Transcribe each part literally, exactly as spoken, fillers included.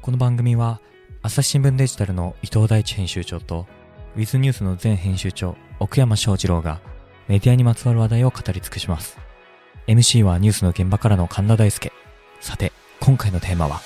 この番組は朝日新聞デジタルの伊藤大地編集長とウィズニュースの前編集長奥山翔二郎がメディアにまつわる話題を語り尽くします。 エムシー はニュースの現場からの神田大輔。さて今回のテーマは、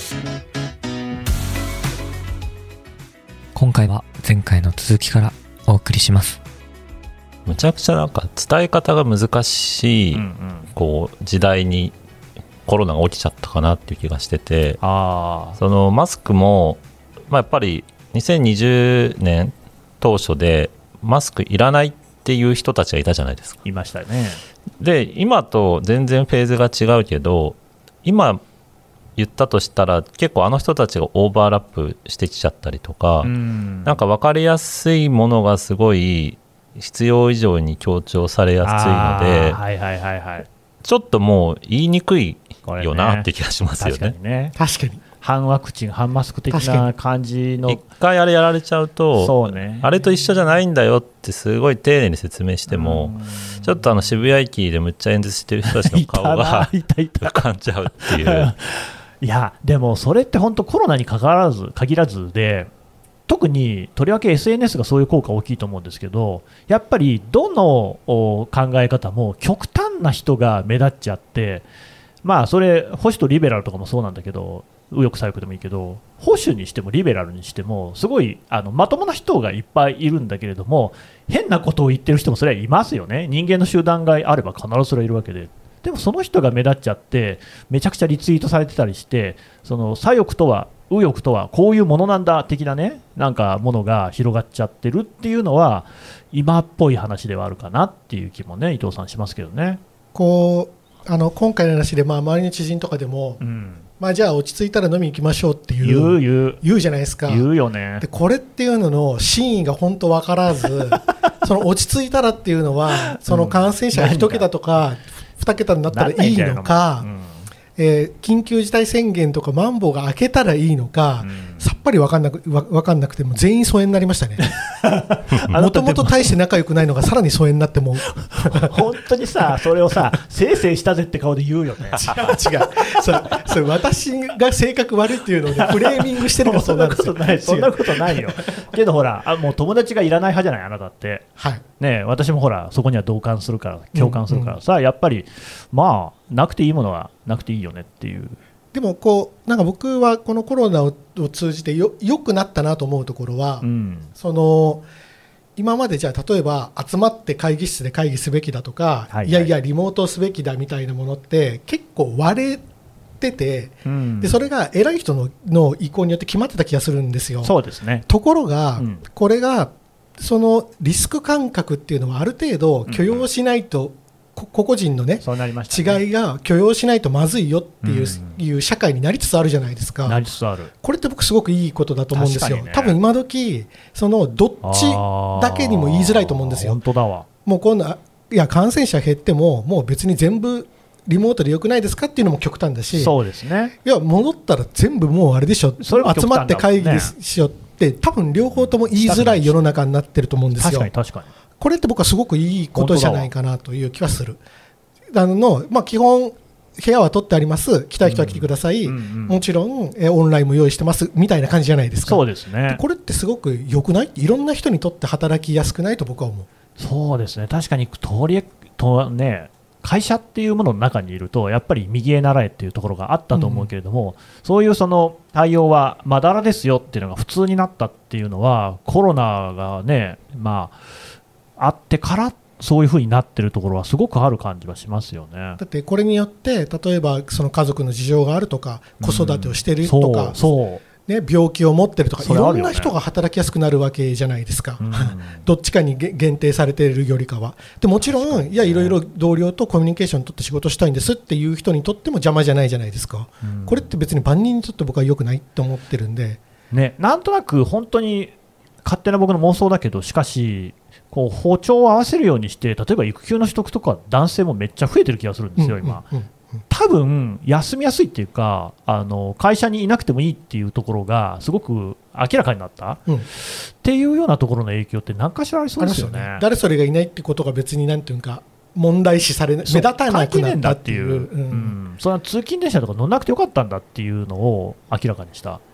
今回は前回の続きからお送りします。 むちゃくちゃなんか伝え方が難しい、うんうん、こう時代にコロナが起きちゃったかなっていう気がしてて、あそのマスクも、まあ、やっぱりにせんにじゅうねん当初でマスクいらないっていう人たちがいたじゃないですか。 いましたね。 で今と全然フェーズが違うけど、今言ったとしたら結構あの人たちがオーバーラップしてきちゃったりとか、んなんか分かりやすいものがすごい必要以上に強調されやすいので、はいはいはいはい、ちょっともう言いにくいよなって気がしますよね。 確かにね。 確かに反ワクチン反マスク的な感じの一回あれやられちゃうと、 そうね、 あれと一緒じゃないんだよってすごい丁寧に説明しても、ちょっとあの渋谷駅でむっちゃ演説してる人たちの顔が浮かんじゃうっていういやでもそれって本当コロナに関わらず限らずで、特にとりわけ エスエヌエス がそういう効果大きいと思うんですけど、やっぱりどの考え方も極端な人が目立っちゃって、まあそれ保守とリベラルとかもそうなんだけど、右翼左翼でもいいけど、保守にしてもリベラルにしてもすごいあのまともな人がいっぱいいるんだけれども、変なことを言ってる人もそれはいますよね。人間の集団があれば必ずそれはいるわけで、でもその人が目立っちゃってめちゃくちゃリツイートされてたりして、その左翼とは右翼とはこういうものなんだ的なね、なんかものが広がっちゃってるっていうのは今っぽい話ではあるかなっていう気もね、伊藤さんしますけどね。 こうあの今回の話で、まあ、周りの知人とかでも、うんまあ、じゃあ落ち着いたら飲みに行きましょうっていう言う言う言うじゃないですか。 言うよね。 でこれっていうのの真意が本当分からずその落ち着いたらっていうのはその感染者が一桁とかに桁になったらいいのか、えー、緊急事態宣言とかマンボウが明けたらいいのか、うん、さっぱり分かんなく、分かんなくても全員疎遠になりましたねもともと大して仲良くないのがさらに疎遠になっても本当にさ、それをさせいせいしたぜって顔で言うよね違う違うそれそれ私が性格悪いっていうのを、ね、フレーミングしてるからそうなんですよそんなことないよけどほらあもう友達がいらない派じゃないあなたって、はいね、私もほらそこには同感するから共感するから、うんうん、さやっぱりまあなくていいものはなくていいよねっていう。 でもこうなんか僕はこのコロナを通じてよ良くなったなと思うところは、うん、その今までじゃあ例えば集まって会議室で会議すべきだとか、はいはい、いやいやリモートすべきだみたいなものって結構割れてて、うん、でそれが偉い人 の, の意向によって決まってた気がするんですよ。 そうですね。 ところが、うん、これがそのリスク感覚っていうのはある程度許容しないと、うん個々人の、ねそうなりましたね、 違いが許容しないとまずいよっていう、うん、いう社会になりつつあるじゃないですか。 なりつつある。 これって僕すごくいいことだと思うんですよ、ね、多分今時そのどっちだけにも言いづらいと思うんですよ。 本当だわ。 もう今度いや感染者減ってももう別に全部リモートでよくないですかっていうのも極端だし、 そうですね。 いや戻ったら全部もうあれでしょ、それも極端だもんね、集まって会議しようって多分両方とも言いづらい世の中になってると思うんですよ。 確かに確かに。 これって僕はすごくいいことじゃないかなという気はする。あのまあ、基本部屋は取ってあります、来たい人は来てください、うんうんうん、もちろんえオンラインも用意してますみたいな感じじゃないですか。 そうですね。 これってすごく良くない？いろんな人にとって働きやすくないと僕は思う。 そうですね。確かに通りと、ね、会社っていうものの中にいるとやっぱり右へ習えっていうところがあったと思うけれども、うん、そういうその対応はまだらですよっていうのが普通になったっていうのはコロナがね、まあ、あってからそういう風になってるところはすごくある感じはしますよね。だってこれによって例えばその家族の事情があるとか子育てをしているとか、うん、そうそうね、病気を持ってるとか、いろんな人が働きやすくなるわけじゃないですか、うん、どっちかに限定されているよりかは。でもちろんいやいろいろ同僚とコミュニケーションを取って仕事したいんですっていう人にとっても邪魔じゃないじゃないですか、うん、これって別に万人にとって僕は良くないと思ってるんで、 ね、なんとなく本当に勝手な僕の妄想だけど、しかしこう歩調を合わせるようにして例えば育休の取得とか男性もめっちゃ増えてる気がするんですよ今、うんうんうん多分休みやすいっていうか、あの会社にいなくてもいいっていうところがすごく明らかになった、うん、っていうようなところの影響って何かしらありそうですよ ね, よね。 誰それがいないってことが別になんていうか問題視されない、目立たなくなったっていう、 うんうん、それは通勤電車とか乗らなくてよかったんだっていうのを明らかにした。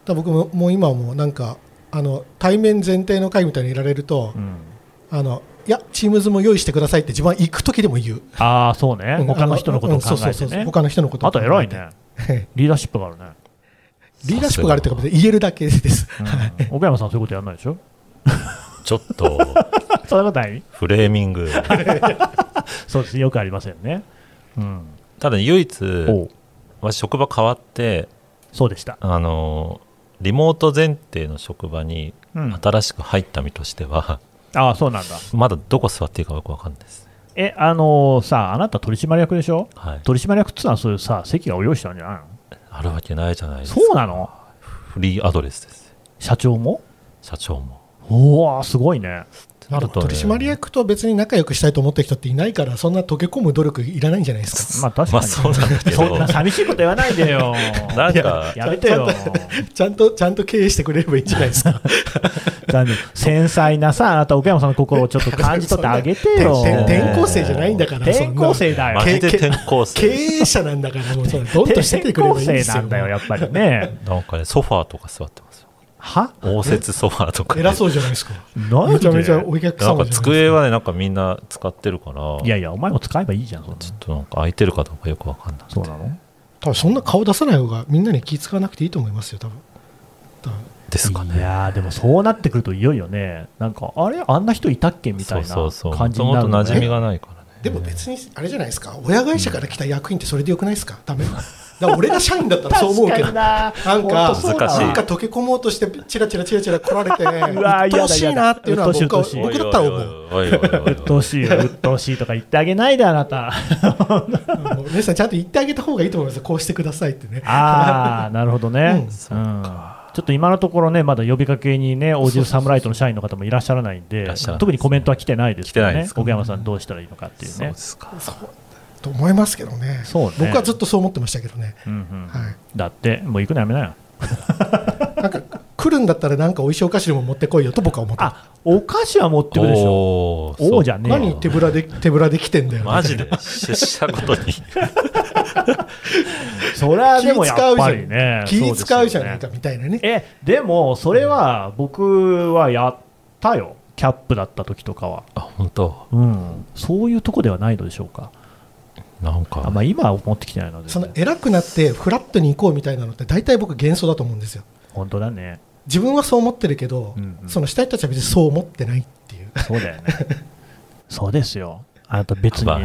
だ僕ももう今もなんかあの対面前提の会みたいにいられると、うん、あのいやチームズも用意してくださいって自分は行く時でも言う。 ああそうね、うん、他の人のことを考えてね。 他の人のことを考えて。あと偉いねリーダーシップがあるね。 リーダーシップがあるというか言えるだけです、 うん、岡山さんそういうことやらないでしょちょっとそんなことないフレーミングそうですよくありませんね、うん、 ただ唯一私職場変わってそうでしたあのリモート前提の職場に新しく入った身としては、 うん、ああそうなんだ。 まだどこ座っていいかよく分かんないです。 えあのー、さあなた取締役でしょ、 はい、 取締役ってのはそういうさ席がお用意したんじゃないの。 あるわけないじゃないですか。 そうなの。 フリーアドレスです。 社長も社長も。 おおすごいね。 なるとね、取締役と別に仲良くしたいと思ってる人っていないからそんな溶け込む努力いらないんじゃないですか。 まあ確かに、 まあ、そうなんだけどそんな寂しいこと言わないでよなんかやめてよちゃんとちゃんと経営してくれればいいんじゃないですか繊細なさあなた岡山さんの心をちょっと感じ取ってあげてよ転校生じゃないんだから。 転校生だよ。 マジで転校生。 経営者なんだからもうそれどんどんしててくれればいいんですよ。 転校生なんだよやっぱりねなんかねソファーとか座ってますよ。 は応接ソファーとか、ね、 偉そうじゃないですか。 めちゃめちゃお客様じゃないですか。 なんか机はねなんかみんな使ってるからいやいやお前も使えばいいじゃん。そんなちょっとなんか空いてるかどうかよくわかんない。 そうなの。 多分そんな顔出さない方がみんなに気使わなくていいと思いますよ多分。 多分ですかね。 いやでもそうなってくるといよいよねなんかあれあんな人いたっけみたいな感じになる、ね、 そうそうそうもともと馴染みがないからね。 でも別にあれじゃないですか親会社から来た役員ってそれでよくないですか。ダメだから俺が社員だったらそう思うけどな, なんか難しいなんか溶け込もうとしてチラチラチラチラ来られてうわ鬱陶しいなっていうのは僕は僕だったら思う。 鬱陶しい鬱陶しいとか言ってあげないであなた皆さんちゃんと言ってあげた方がいいと思います。こうしてくださいってね。 ああなるほどね、うんうん、ちょっと今のところねまだ呼びかけにね応じるサムライトの社員の方もいらっしゃらないんで特にコメントは来てないですけどね岡山さんどうしたらいいのかっていうね。 そうですか。 そうと思いますけど ね, そうね僕はずっとそう思ってましたけどね、うんうんはい、 だってもう行くのやめなよなんか来るんだったらなんかおいしいお菓子でも持ってこいよと僕は思って。 あお菓子は持ってくるでしょ。おおじゃねえよ。 何手ぶらで手ぶらで来てんだよマジで出社ごとにそれはでもやっぱりね気使うじゃないかみたいなね。 えでもそれは僕はやったよキャップだった時とかは。 あ本当、 うん、そういうとこではないのでしょうか。 なんかあ、まあ、今は持ってきてないので、ね、 その偉くなってフラットに行こうみたいなのって大体僕幻想だと思うんですよ。 本当だね。 自分はそう思ってるけど、うんうん、その下人たちは別にそう思ってないっていう。 そうだよねそうですよあなた別に、うん、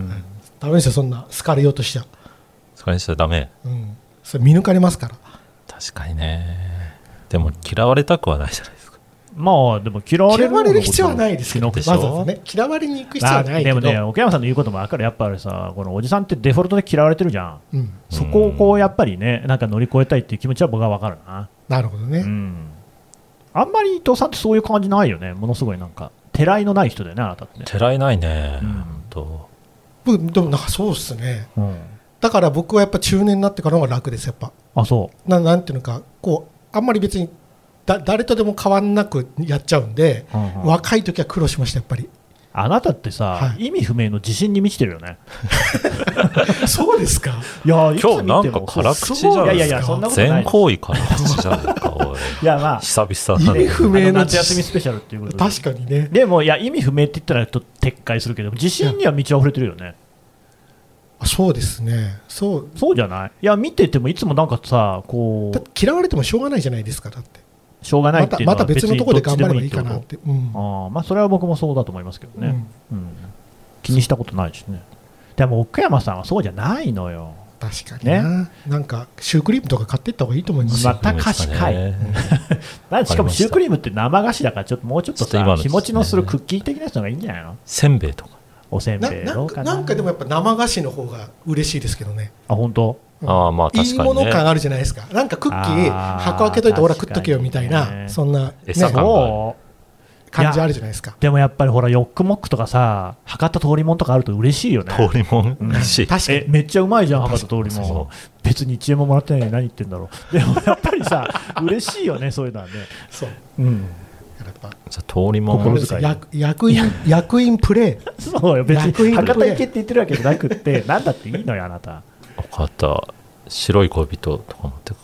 ダメですよそんな好かれようとしちゃ好かれしちゃダメ、 うん、それ見抜かれますから。 確かにね。でも嫌われたくはないじゃないですか。 まあでも嫌われる嫌われる必要はないですけど、 わざわざね嫌われに行く必要はないけど。 でもね奥山さんの言うことも分かる。やっぱりさこのおじさんってデフォルトで嫌われてるじゃん、うん、そこをこうやっぱりねなんか乗り越えたいっていう気持ちは僕は分かるな。 なるほどね、 うん、あんまり伊藤さんってそういう感じないよね。ものすごいなんかてらいのない人だよねあなたってね。 てらいないね、うん、 と僕でもなんかそうですね、うん、だから僕はやっぱ中年になってからの方が楽ですやっぱ。 あそうななんていうのかこうあんまり別にだ誰とでも変わんなくやっちゃうんで、うんうん、若い時は苦労しましたやっぱり。 あなたってさ、はい、意味不明の自信に満ちてるよねそうですか。 いや今日なんか辛口じゃないですか。全行為辛口じゃないかおいいや、まあ、久々 意味不明の夏休みスペシャルっていうことで確かにね。 でもいや意味不明って言ったらちょっと撤回するけど自信には満ち溢れてるよね。 あそうですね。そうそうじゃない。いや見ててもいつもなんかさこう嫌われてもしょうがないじゃないですか。だってしょうがないっていうのはまた別のところで頑張ればいいかなって、うん、 あまあそれは僕もそうだと思いますけどね、うんうん、気にしたことないしね。でも奥山さんはそうじゃないのよ。 確かにな、ね、なんかシュークリームとか買っていった方がいいと思いますよ。 また菓子かい、ね、なんしかもシュークリームって生菓子だからちょっともうちょっとさ日持ちのするクッキー的なやつのがいいんじゃないの。 せんべいとかおせんべいどうかな。 なんかでもやっぱ生菓子の方が嬉しいですけどね。 あ本当。 あまあ確かにね、いいもの感あるじゃないですか。なんかクッキー箱開けといてほら食っとけよみたいな、ね、そんな、ね、 餌感が感じあるじゃないですか。 でもやっぱりほらヨックモックとかさ博多通りもんとかあると嬉しいよね。 通りもん嬉しい、うん、 確かにえめっちゃうまいじゃん博多通りもん。別にいちえんももらってないのに何言ってんだろう。でもやっぱりさ嬉しいよねそういうのはね。 そう、 うんじゃあ通りもん役員役員プレーそうよ別に博多行けって言ってるわけじゃなくって何だっていいのよあなた。 分かった。白い恋人とか持ってくか。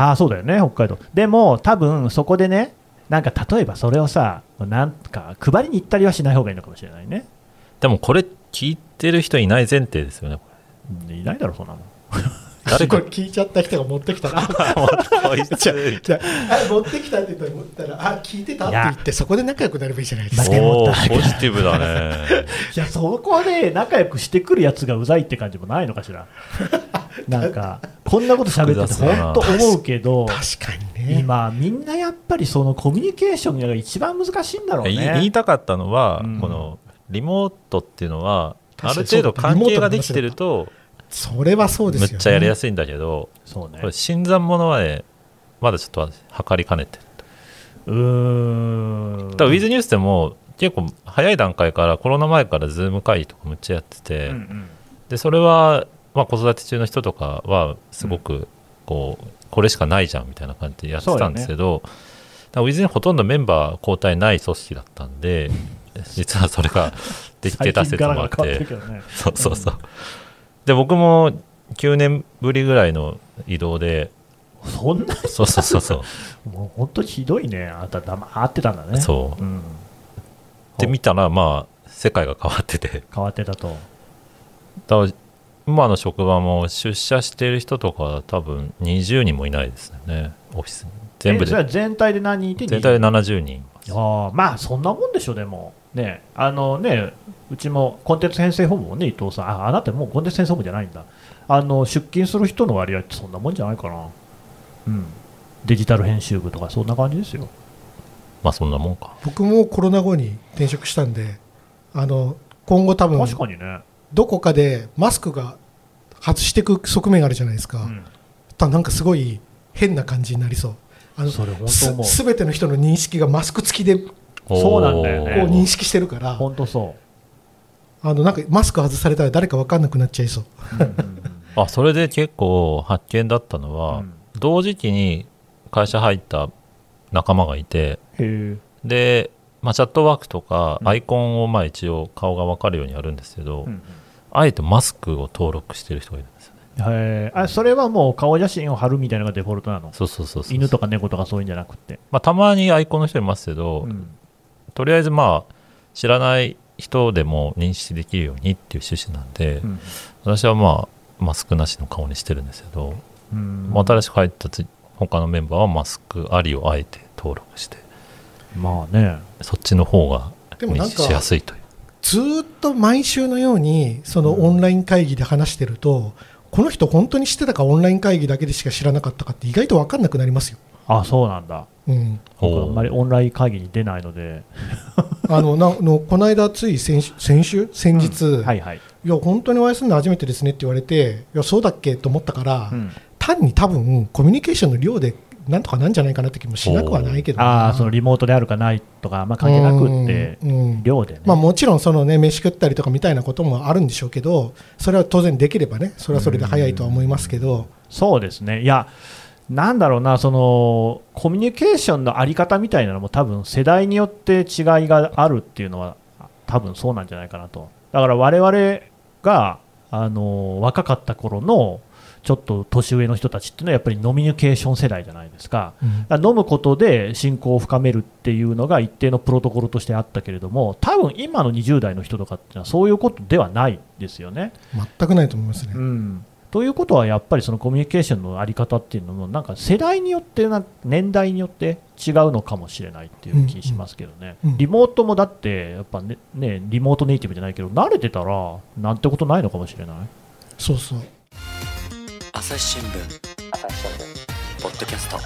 ああそうだよね北海道。でも多分そこでねなんか例えばそれをさなんか配りに行ったりはしない方がいいのかもしれないね。 でもこれ聞いてる人いない前提ですよね。これいないだろそんなもん誰か聞いちゃった人が持ってきたなこいつじゃじゃあ持ってきたって言ったらあ聞いてたって言ってそこで仲良くなればいいじゃないですか。 おーポジティブだねいやそこで仲良くしてくるやつがうざいって感じもないのかしらなんかこんなこと喋ってて本当思うけど確かにね今みんなやっぱりそのコミュニケーションが一番難しいんだろうね。 言いたかったのは、 うん、 このリモートっていうのはある程度関係ができてるとそれはそうですよね。 むっちゃやりやすいんだけど、 そうね、 これ新参者はねまだちょっと測りかねてる。 うーんだから With News でも結構早い段階からコロナ前からズーム会議とかむっちゃやってて、うんうん、でそれは、まあ、子育て中の人とかはすごくこう、うん、これしかないじゃんみたいな感じでやってたんですけど、ね、With News ほとんどメンバー交代ない組織だったんで実はそれができてた説もあって、ね、そうそうそう、うんで僕もきゅうねんぶりぐらいの移動でそんなそうそうそうそうもう本当にひどいね。あんた黙ってたんだね。 そう、うん、で見たらまあ世界が変わってて変わってたと。 だから今の職場も出社している人とかは多分にじゅうにんもいないですねオフィスに全部で。 えそれは全体で何人いて全体でななじゅうにん。 あまあそんなもんでしょ。でもねあのねうちもコンテンツ編成本部もね伊藤さん あ, あなたもうコンテンツ編成本部じゃないんだ。あの出勤する人の割合ってそんなもんじゃないかな。うんデジタル編集部とかそんな感じですよ。 まあそんなもんか。 僕もコロナ後に転職したんであの今後多分確かにねどこかでマスクが外していく側面があるじゃないですか、うん、ただなんかすごい変な感じになりそう。あのそれ本当もうすべての人の認識がマスク付きでそうなんだよね。 こう認識してるから本当そうあのなんかマスク外されたら誰か分かんなくなっちゃいそう、うんうん、 あそれで結構発見だったのは、うん、同時期に会社入った仲間がいてへで、まあ、チャットワークとかアイコンをまあ一応顔が分かるようにやるんですけど、うんうん、あえてマスクを登録してる人がいるんですよね。 へあそれはもう顔写真を貼るみたいなのがデフォルトなの。 そうそうそうそう犬とか猫とかそういうんじゃなくて、 まあ、たまにアイコンの人いますけど、うん、とりあえずまあ知らない人でも認識できるようにっていう趣旨なんで、うん、私はまあマスクなしの顔にしてるんですけど、うん、まあ、新しく入った他のメンバーはマスクありをあえて登録してまあねそっちの方が認識しやすいという。 ずっと毎週のようにそのオンライン会議で話してると、うん、この人本当に知ってたかオンライン会議だけでしか知らなかったかって意外と分かんなくなりますよ。 あそうなんだ、うん、僕あんまりオンライン会議に出ないのであのなのこの間つい先週先週先日、うんはいはい、 いや本当にお会いするの初めてですねって言われていやそうだっけと思ったから、うん、単に多分コミュニケーションの量でなんとかなんじゃないかなって気もしなくはないけど、 あそのリモートであるかないとか、まあ、関係なくって、うんうん、量でね、 まあ、もちろんその、ね、飯食ったりとかみたいなこともあるんでしょうけどそれは当然できればねそれはそれで早いとは思いますけど、 うん、そうですね。いやなんだろうなそのコミュニケーションのあり方みたいなのも多分世代によって違いがあるっていうのは多分そうなんじゃないかなと。だから我々があの若かった頃のちょっと年上の人たちっていうのはやっぱりノミニケーション世代じゃないですか、うん、飲むことで親交を深めるっていうのが一定のプロトコルとしてあったけれども多分今のにじゅう代の人とかっていうのはそういうことではないですよね。 全くないと思いますね、 うん、ということはやっぱりそのコミュニケーションのあり方っていうのもなんか世代によってな年代によって違うのかもしれないっていう気しますけどね、うんうん、リモートもだってやっぱ ね, ねリモートネイティブじゃないけど慣れてたらなんてことないのかもしれない。 そうそう朝日新聞ポッドキャスト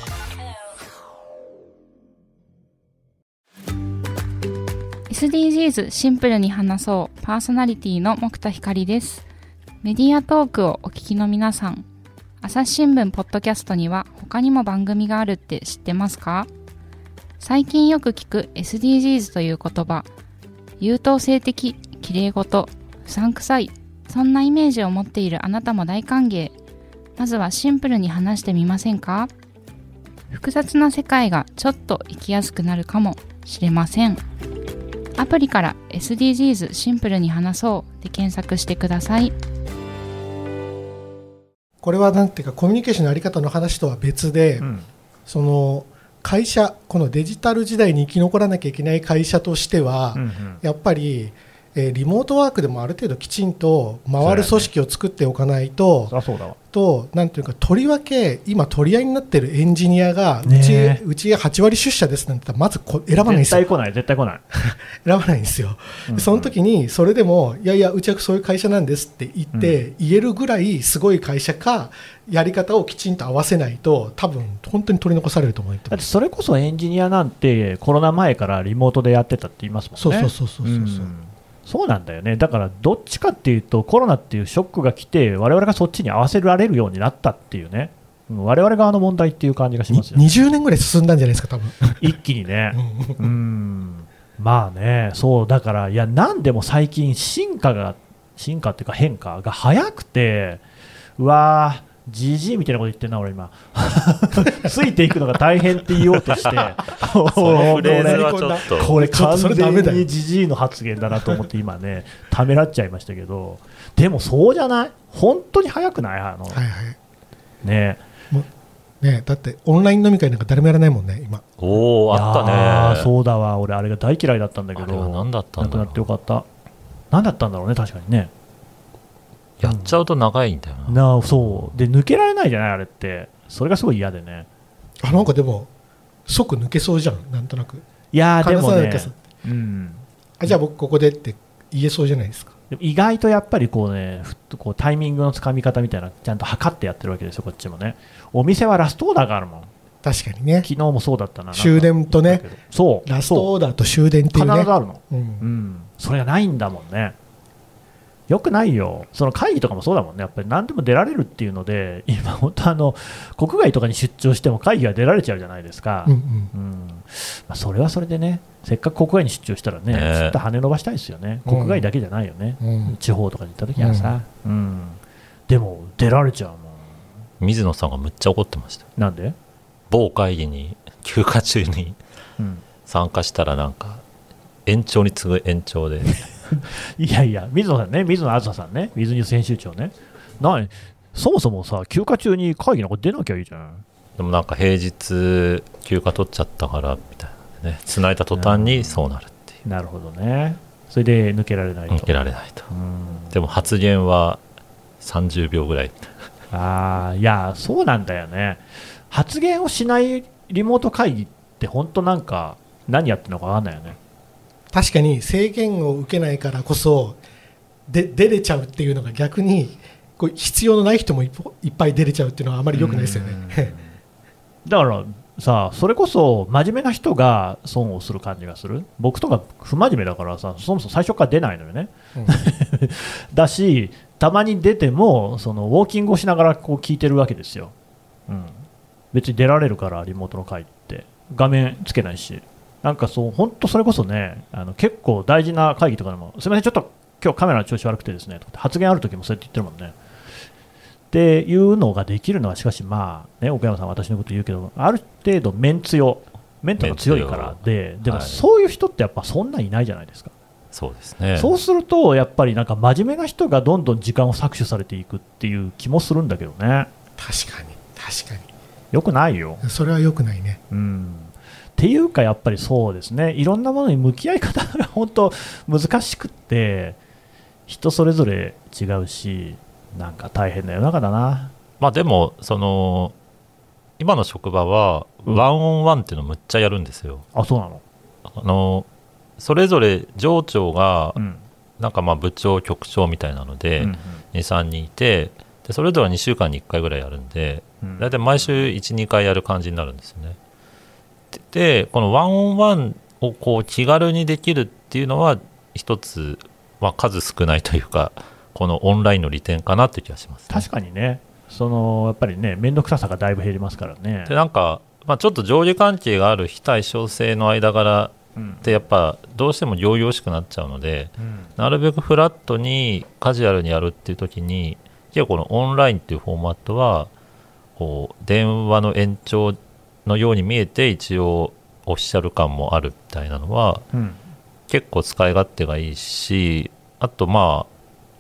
エスディージーズ シンプルに話そうパーソナリティの木田光です。メディアトークをお聞きの皆さん、朝日新聞ポッドキャストには他にも番組があるって知ってますか？最近よく聞く エスディージーズ という言葉、優等生的、綺麗事、うさんくさい、そんなイメージを持っているあなたも大歓迎。まずはシンプルに話してみませんか？複雑な世界がちょっと生きやすくなるかもしれません。アプリから エスディージーズ シンプルに話そうで検索してください。 これはなんていうかコミュニケーションの在り方の話とは別で、うん、その会社、このデジタル時代に生き残らなきゃいけない会社としては、うんうん、やっぱり、えー、リモートワークでもある程度きちんと回る組織を作っておかないと、 そうそうだわとなんていうかとりわけ今取り合いになっているエンジニアがうち、ね、うちはち割出社ですなんてまずこ選ばないんですよ。 絶対来ない絶対来ない選ばないんですよ、うんうん、その時にそれでもいやいやうちはそういう会社なんですって言って、うん、言えるぐらいすごい会社かやり方をきちんと合わせないと多分本当に取り残されると思う。 だってそれこそエンジニアなんてコロナ前からリモートでやってたって言いますもんね。 そうそうそうそうそう、うん、 そうなんだよね。だからどっちかっていうとコロナっていうショックが来て我々がそっちに合わせられるようになったっていうね、我々側の問題っていう感じがしますよね。 にじゅうねんぐらい進んだんじゃないですか多分一気にねうんまあね、そうだからいや何でも最近進化が進化っていうか変化が早くてうわージジイみたいなこと言ってんな俺今ついていくのが大変って言おうとしてこれ完全にジジイの発言だなと思って今ねためらっちゃいましたけど、でもそうじゃない本当に早くないあの、はいはい、ねねだってオンライン飲み会なんか誰もやらないもんね今。 おーあったね。 そうだわ俺あれが大嫌いだったんだけど、あれは何だったんだろう。 なくなってよかった。何だったんだろうね確かにね。 やっちゃうと長いんだよな、 うん、なそうで抜けられないじゃないあれって。それがすごい嫌でね。 あなんかでも即抜けそうじゃんなんとなく。 いやでもね、うん、 あじゃあ僕ここでって言えそうじゃないですか。 でも意外とやっぱりこうねふっとこうタイミングのつかみ方みたいなちゃんと測ってやってるわけですよこっちもね。お店はラストオーダーがあるもん。 確かにね。 昨日もそうだったな。 終電とねそうラストオーダーと終電っていうね必ずあるの、 うんうん、 それがないんだもんね。よくないよ。その会議とかもそうだもんね。やっぱり何でも出られるっていうので今本当あの国外とかに出張しても会議が出られちゃうじゃないですか、うんうんうんまあ、それはそれでねせっかく国外に出張したらねずっと羽伸ばしたいですよね、うん、国外だけじゃないよね、うん、地方とかに行った時はさ、うんうん、でも出られちゃうもん。 水野さんがむっちゃ怒ってました。 なんで？ 某会議に休暇中に参加したらなんか延長に次ぐ延長でいやいや水野さんね水野あずささんね水野編集長ね何そもそもさ休暇中に会議なんか出なきゃいいじゃん。 でもなんか平日休暇取っちゃったからみたいなね繋いだ途端にそうなるっていう。 なるほどね。それで抜けられないと。 抜けられないと。うんでも発言はさんじゅうびょうぐらいみたいな。あいやそうなんだよね。発言をしないリモート会議って本当なんか何やってるのか分かんないよね。 確かに制限を受けないからこそで出れちゃうっていうのが逆にこう必要のない人もいっぱい出れちゃうっていうのはあまり良くないですよね。 だからさそれこそ真面目な人が損をする感じがする。僕とか不真面目だからさそもそも最初から出ないのよね、うん、だしたまに出てもそのウォーキングをしながらこう聞いてるわけですよ、うん、別に出られるからリモートの会って画面つけないしなんかそう本当それこそねあの結構大事な会議とかでもすみませんちょっと今日カメラの調子悪くてですねとか発言ある時もそうやって言ってるもんねっていうのができるのはしかしまあね奥山さん私のこと言うけどある程度メンツよメンタルが強いからででもそういう人ってやっぱそんないないじゃないですか。 そうですね。 そうするとやっぱりなんか真面目な人がどんどん時間を搾取されていくっていう気もするんだけどね。 確かに確かによくないよ。 それはよくないね。 うんっていうかやっぱりそうですねいろんなものに向き合い方が本当難しくって人それぞれ違うしなんか大変な世の中だな。 まあでもその今の職場はワンオンワンっていうのをむっちゃやるんですよ、 うん、あそうなの。 あのそれぞれ上長がなんかまあ部長局長みたいなのでにさんにんいてでそれぞれにしゅうかんにいっかいぐらいやるんでだいたい毎週いちにかいやる感じになるんですよね。でこのワンオンワンをこう気軽にできるっていうのは一つ、まあ、数少ないというかこのオンラインの利点かなっていう気がします、ね、 確かにねそのやっぱりね面倒くささがだいぶ減りますからね。 でなんか、まあ、ちょっと上下関係がある非対称性の間柄ってやっぱどうしても仰々しくなっちゃうので、うん、なるべくフラットにカジュアルにやるっていう時に結構このオンラインっていうフォーマットはこう電話の延長のように見えて一応オフィシャル感もあるみたいなのは、うん、結構使い勝手がいいしあとまあ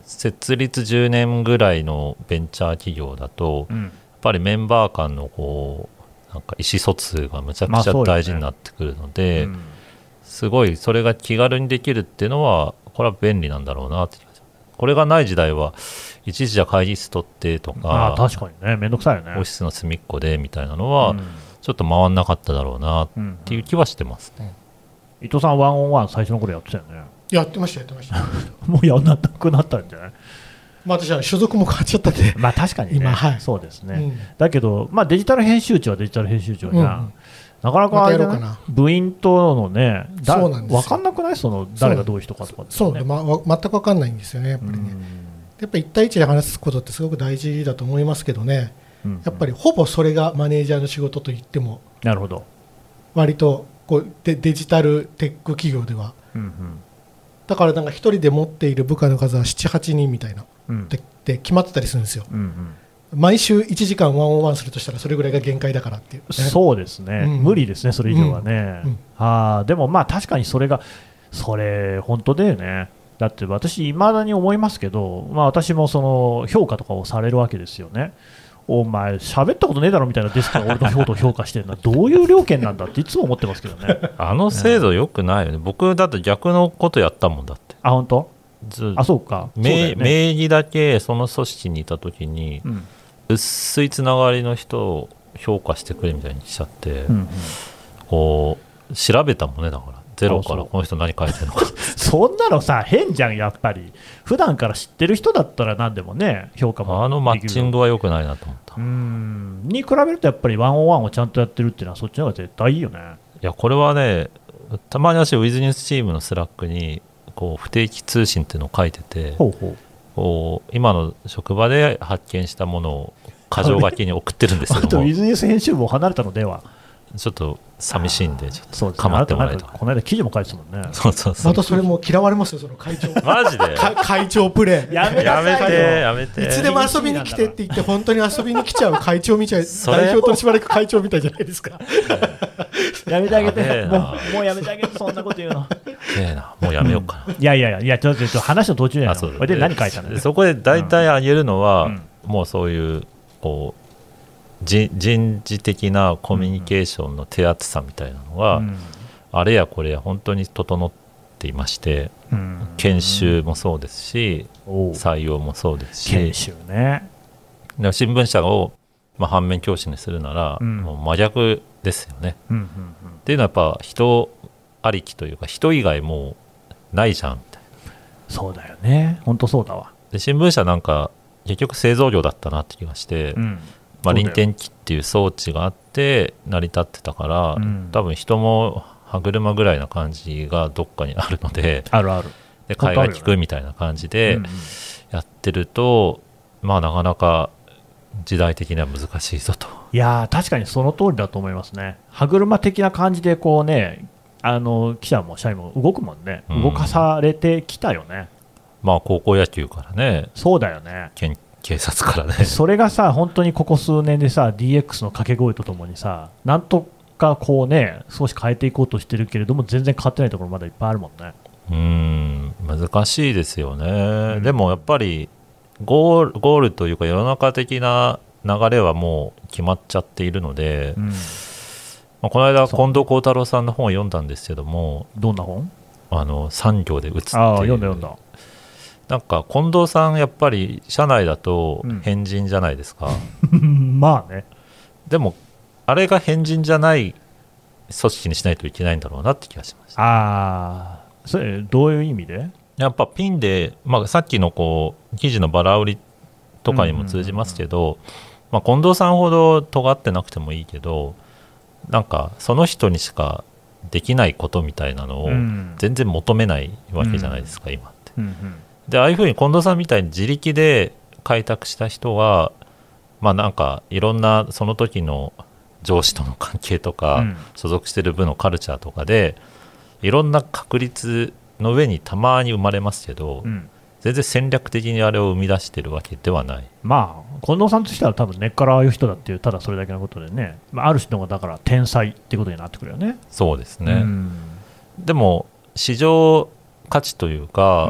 設立じゅうねんぐらいのベンチャー企業だと、うん、やっぱりメンバー間のこうなんか意思疎通がむちゃくちゃ大事になってくるので、まあそうですね、うん、すごいそれが気軽にできるっていうのはこれは便利なんだろうなって。これがない時代はいちいちじゃ会議室取ってとか、 あ確かにね、めんどくさいよね、 オフィスの隅っこでみたいなのは、うん、ちょっと回んなかっただろうなっていう気はしてますね、 うん、伊藤さんワンオンワン最初の頃やってたよね。 やってましたやってましたもうやんなくなったんじゃない。 まあ、私は所属も変わっちゃったんで、 まあ確かにね、今、はい、そうですね、うん、だけど、まあ、デジタル編集長はデジタル編集長じゃん、うん、なかなかあれ、ね、部員とのね、だ分かんなくない、その誰がどういう人かとか、ね、 そう、そう、ま、全く分かんないんですよね、やっぱりね。やっぱりいち対いちで話すことってすごく大事だと思いますけどね、うんうん、やっぱりほぼそれがマネージャーの仕事と言っても、 なるほど、割とこう デ, デジタルテック企業では、うんうん、だからなんか一人で持っている部下の数はななはちにんみたいな、うん、で, で決まってたりするんですよ、うんうん、毎週いちじかんワンオンワンするとしたらそれぐらいが限界だからっていう、ね、 そうですね、うん、無理ですね、それ以上はね、うんうん、あでもまあ確かにそれがそれ本当だよね。だって私いまだに思いますけど、まあ、私もその評価とかをされるわけですよね。お前喋ったことねえだろみたいなデスクが俺の評価を評価してるのはどういう料金なんだっていつも思ってますけどね。 あの制度良くないよね。僕だって逆のことやったもんだって。 あ本当？あそうか。 名義だけその組織にいた時に、うん、薄いつながりの人を評価してくれみたいにしちゃって、うんうん、こう調べたもんね。だからゼロからこの人何書いてるのかそんなのさ変じゃん。やっぱり普段から知ってる人だったら何でもね評価もあのマッチングは良くないなと思った。 うーんに比べるとやっぱりワンオンワンをちゃんとやってるっていうのはそっちの方が絶対いいよね。 いやこれはねたまに私ウィズニュースチームのスラックにこう不定期通信っていうのを書いてて、ほうほうこう今の職場で発見したものを箇条書きに送ってるんですけどもあとウィズニュース編集部を離れたのではちょっと寂しいんでちょっと構ってもらえと。 この間記事も書いてたもんね。 そうそうそう。 またそれも嫌われますよその会長マジで会長プレーやめやめてやめていつでも遊びに来てって言って本当に遊びに来ちゃう会長みたい代表取締役会長みたいじゃないですかやめてあげてもう、もうやめてあげてそんなこと言うのええなもうやめようかな、うん、 いやいやいやいやちょっと話の途中じゃないの。それで何書いたの、ね、 そこで大体あげるのは、うん、もうそういうこう人事的なコミュニケーションの手厚さみたいなのが、うん、あれやこれや本当に整っていまして、うん、研修もそうですし、うん、採用もそうですし研修ね。 新聞社を、まあ、反面教師にするなら、うん、もう真逆ですよね、うんうんうん、っていうのはやっぱ人ありきというか人以外もうないじゃんみたいな。 そうだよね本当そうだわ。 で新聞社なんか結局製造業だったなって気がして、うんまあ、輪転機っていう装置があって成り立ってたから、うん、多分人も歯車ぐらいな感じがどっかにあるのであるあるで買いが利くみたいな感じでやってると、うんうん、まあなかなか時代的には難しいぞと。 いや確かにその通りだと思いますね。歯車的な感じでこうねあの記者も社員も動くもんね、うん、動かされてきたよね。 まあ高校野球からね。 そうだよね。 警察からね。 それがさ本当にここ数年でさ ディーエックス の掛け声とともにさなんとかこうね少し変えていこうとしてるけれども全然変わってないところまだいっぱいあるもんね。 うーん難しいですよね、うん、でもやっぱりゴール、ゴールというか世の中的な流れはもう決まっちゃっているので、うんまあ、この間近藤幸太郎さんの本を読んだんですけども。 どんな本？ あの産業で打つっていう。 あ読んだ読んだ。 なんか近藤さんやっぱり社内だと変人じゃないですか、 うん、まあね。 でもあれが変人じゃない組織にしないといけないんだろうなって気がしました。 ああそれどういう意味で？ やっぱピンで、まあ、さっきのこう記事のバラ売りとかにも通じますけど、うんうんうんうんまあ、近藤さんほど尖ってなくてもいいけどなんかその人にしかできないことみたいなのを全然求めないわけじゃないですか、うん、今って、うんうんでああいうふうに近藤さんみたいに自力で開拓した人はまあなんかいろんなその時の上司との関係とか、うん、所属している部のカルチャーとかでいろんな確率の上にたまに生まれますけど、うん、全然戦略的にあれを生み出しているわけではない。 まあ近藤さんとしては多分根っからああいう人だっていうただそれだけのことでね、まあ、ある人がだから天才っていうことになってくるよね。 そうですね、うん、でも市場価値というか、うん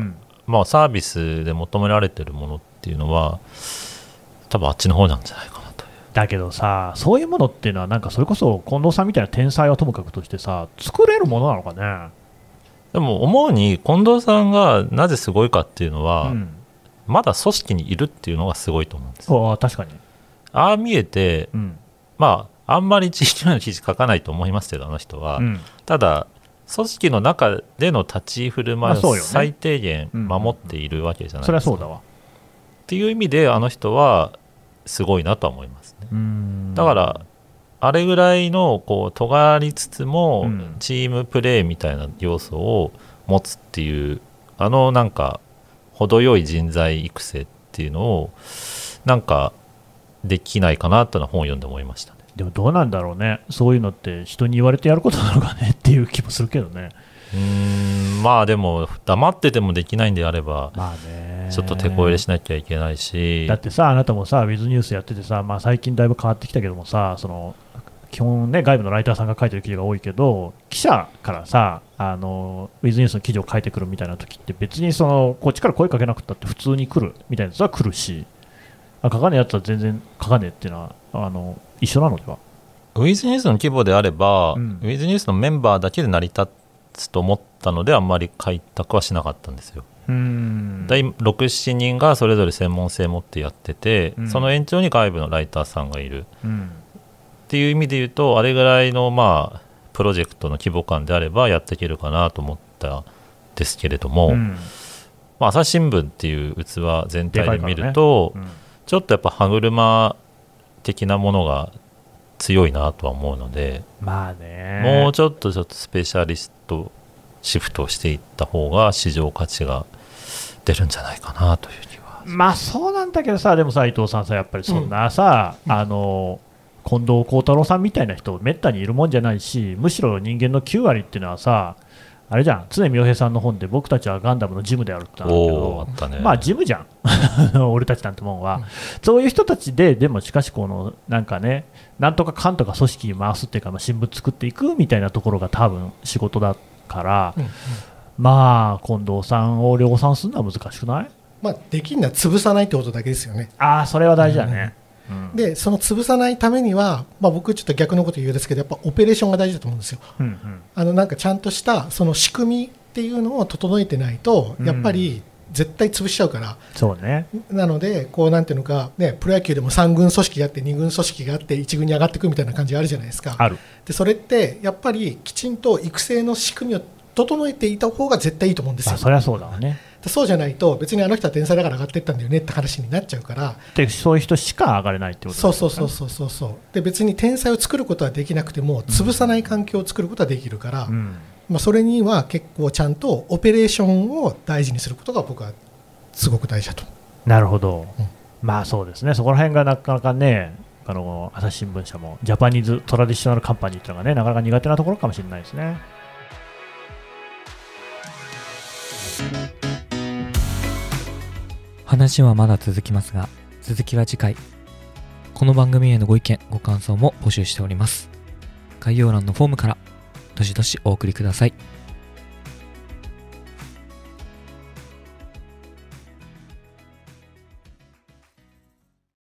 まあ、サービスで求められてるものっていうのは多分あっちの方なんじゃないかなという。 だけどさ、そういうものっていうのはなんかそれこそ近藤さんみたいな天才はともかくとしてさ、作れるものなのかね。 でも思うに近藤さんがなぜすごいかっていうのは、 うん、 まだ組織にいるっていうのがすごいと思うんですよ。 あ、確かに。 ああ見えて、 うん、 まああんまり地域の記事書かないと思いますけどあの人は、うん、ただ組織の中での立ち居振る舞いを最低限守っているわけじゃないですか。 それはそうだわ。 っていう意味であの人はすごいなとは思いますね。 うん、 だからあれぐらいのこう尖りつつもチームプレーみたいな要素を持つっていうあのなんか程よい人材育成っていうのをなんかできないかなというのは本を読んで思いましたね。 でもどうなんだろうね、そういうのって人に言われてやることなのかねっていう気もするけどね。 うーん、まあでも黙っててもできないんであれば、 まあね、 ちょっと手こ入れしなきゃいけないし。 だってさ、あなたもさウィズニュースやっててさ、まあ、最近だいぶ変わってきたけどもさ、その基本ね外部のライターさんが書いてる記事が多いけど、記者からさあのウィズニュースの記事を書いてくるみたいな時って別にそのこっちから声かけなくたって普通に来るみたいなやつは来るし、あ書かねえやつは全然書かねえっていうのはあの一緒なのでは。 ウィズニュースの規模であれば、 うん、 ウィズニュースのメンバーだけで成り立つと思ったのであんまり開拓はしなかったんですよ。 うーん、 だいろく、しちにんがそれぞれ専門性を持ってやってて、うん、その延長に外部のライターさんがいる、うん、っていう意味で言うとあれぐらいのまあプロジェクトの規模感であればやっていけるかなと思ったんですけれども、うん、まあ、朝日新聞っていう器全体で見ると、ね、うん、ちょっとやっぱ歯車的なものが強いなとは思うので、 まあね、 もうちょっとちょっとスペシャリストシフトしていった方が市場価値が出るんじゃないかなという気は。 まあそうなんだけどさ、でもさ伊藤さんさ、やっぱりそんなさ、うん、あの近藤幸太郎さんみたいな人めったにいるもんじゃないし、むしろ人間のきゅう割っていうのはさ、あれじゃん、常見洋平さんの本で僕たちはガンダムのジムであるってあるけど、 あったね、 まあジムじゃん俺たちなんてもんは、うん、そういう人たちで、でもしかしこのなんかね、なんとかかんとか組織回すっていうか、まあ、新聞作っていくみたいなところが多分仕事だから、うんうん、まあ近藤さんを量産するのは難しくない？ まあ、できるのは潰さないってことだけですよね。 ああ、それは大事だね、 うんうん、でその潰さないためには、まあ、僕ちょっと逆のこと言うんですけど、やっぱオペレーションが大事だと思うんですよ、うんうん、あのなんかちゃんとしたその仕組みっていうのを整えてないとやっぱり絶対潰しちゃうから、うん、 そうね、 なのでこうなんていうのか、ね、プロ野球でもさん軍組織があってに軍組織があっていち軍に上がっていくみたいな感じがあるじゃないですか。 ある。 でそれってやっぱりきちんと育成の仕組みを整えていた方が絶対いいと思うんですよ。 あ、そりゃそうだわね。 そうじゃないと別にあの人は天才だから上がっていったんだよねって話になっちゃうから、 でそういう人しか上がれないってことですね。 そうそうそうそうそう。で別に天才を作ることはできなくても潰さない環境を作ることはできるから、うん、まあ、それには結構ちゃんとオペレーションを大事にすることが僕はすごく大事だと。 なるほど、うん、まあそうですね、そこら辺がなかなかね、あの朝日新聞社もジャパニーズトラディショナルカンパニーっていうのがね、なかなか苦手なところかもしれないですね。 話はまだ続きますが、続きは次回。この番組へのご意見ご感想も募集しております。概要欄のフォームからどしどしお送りください。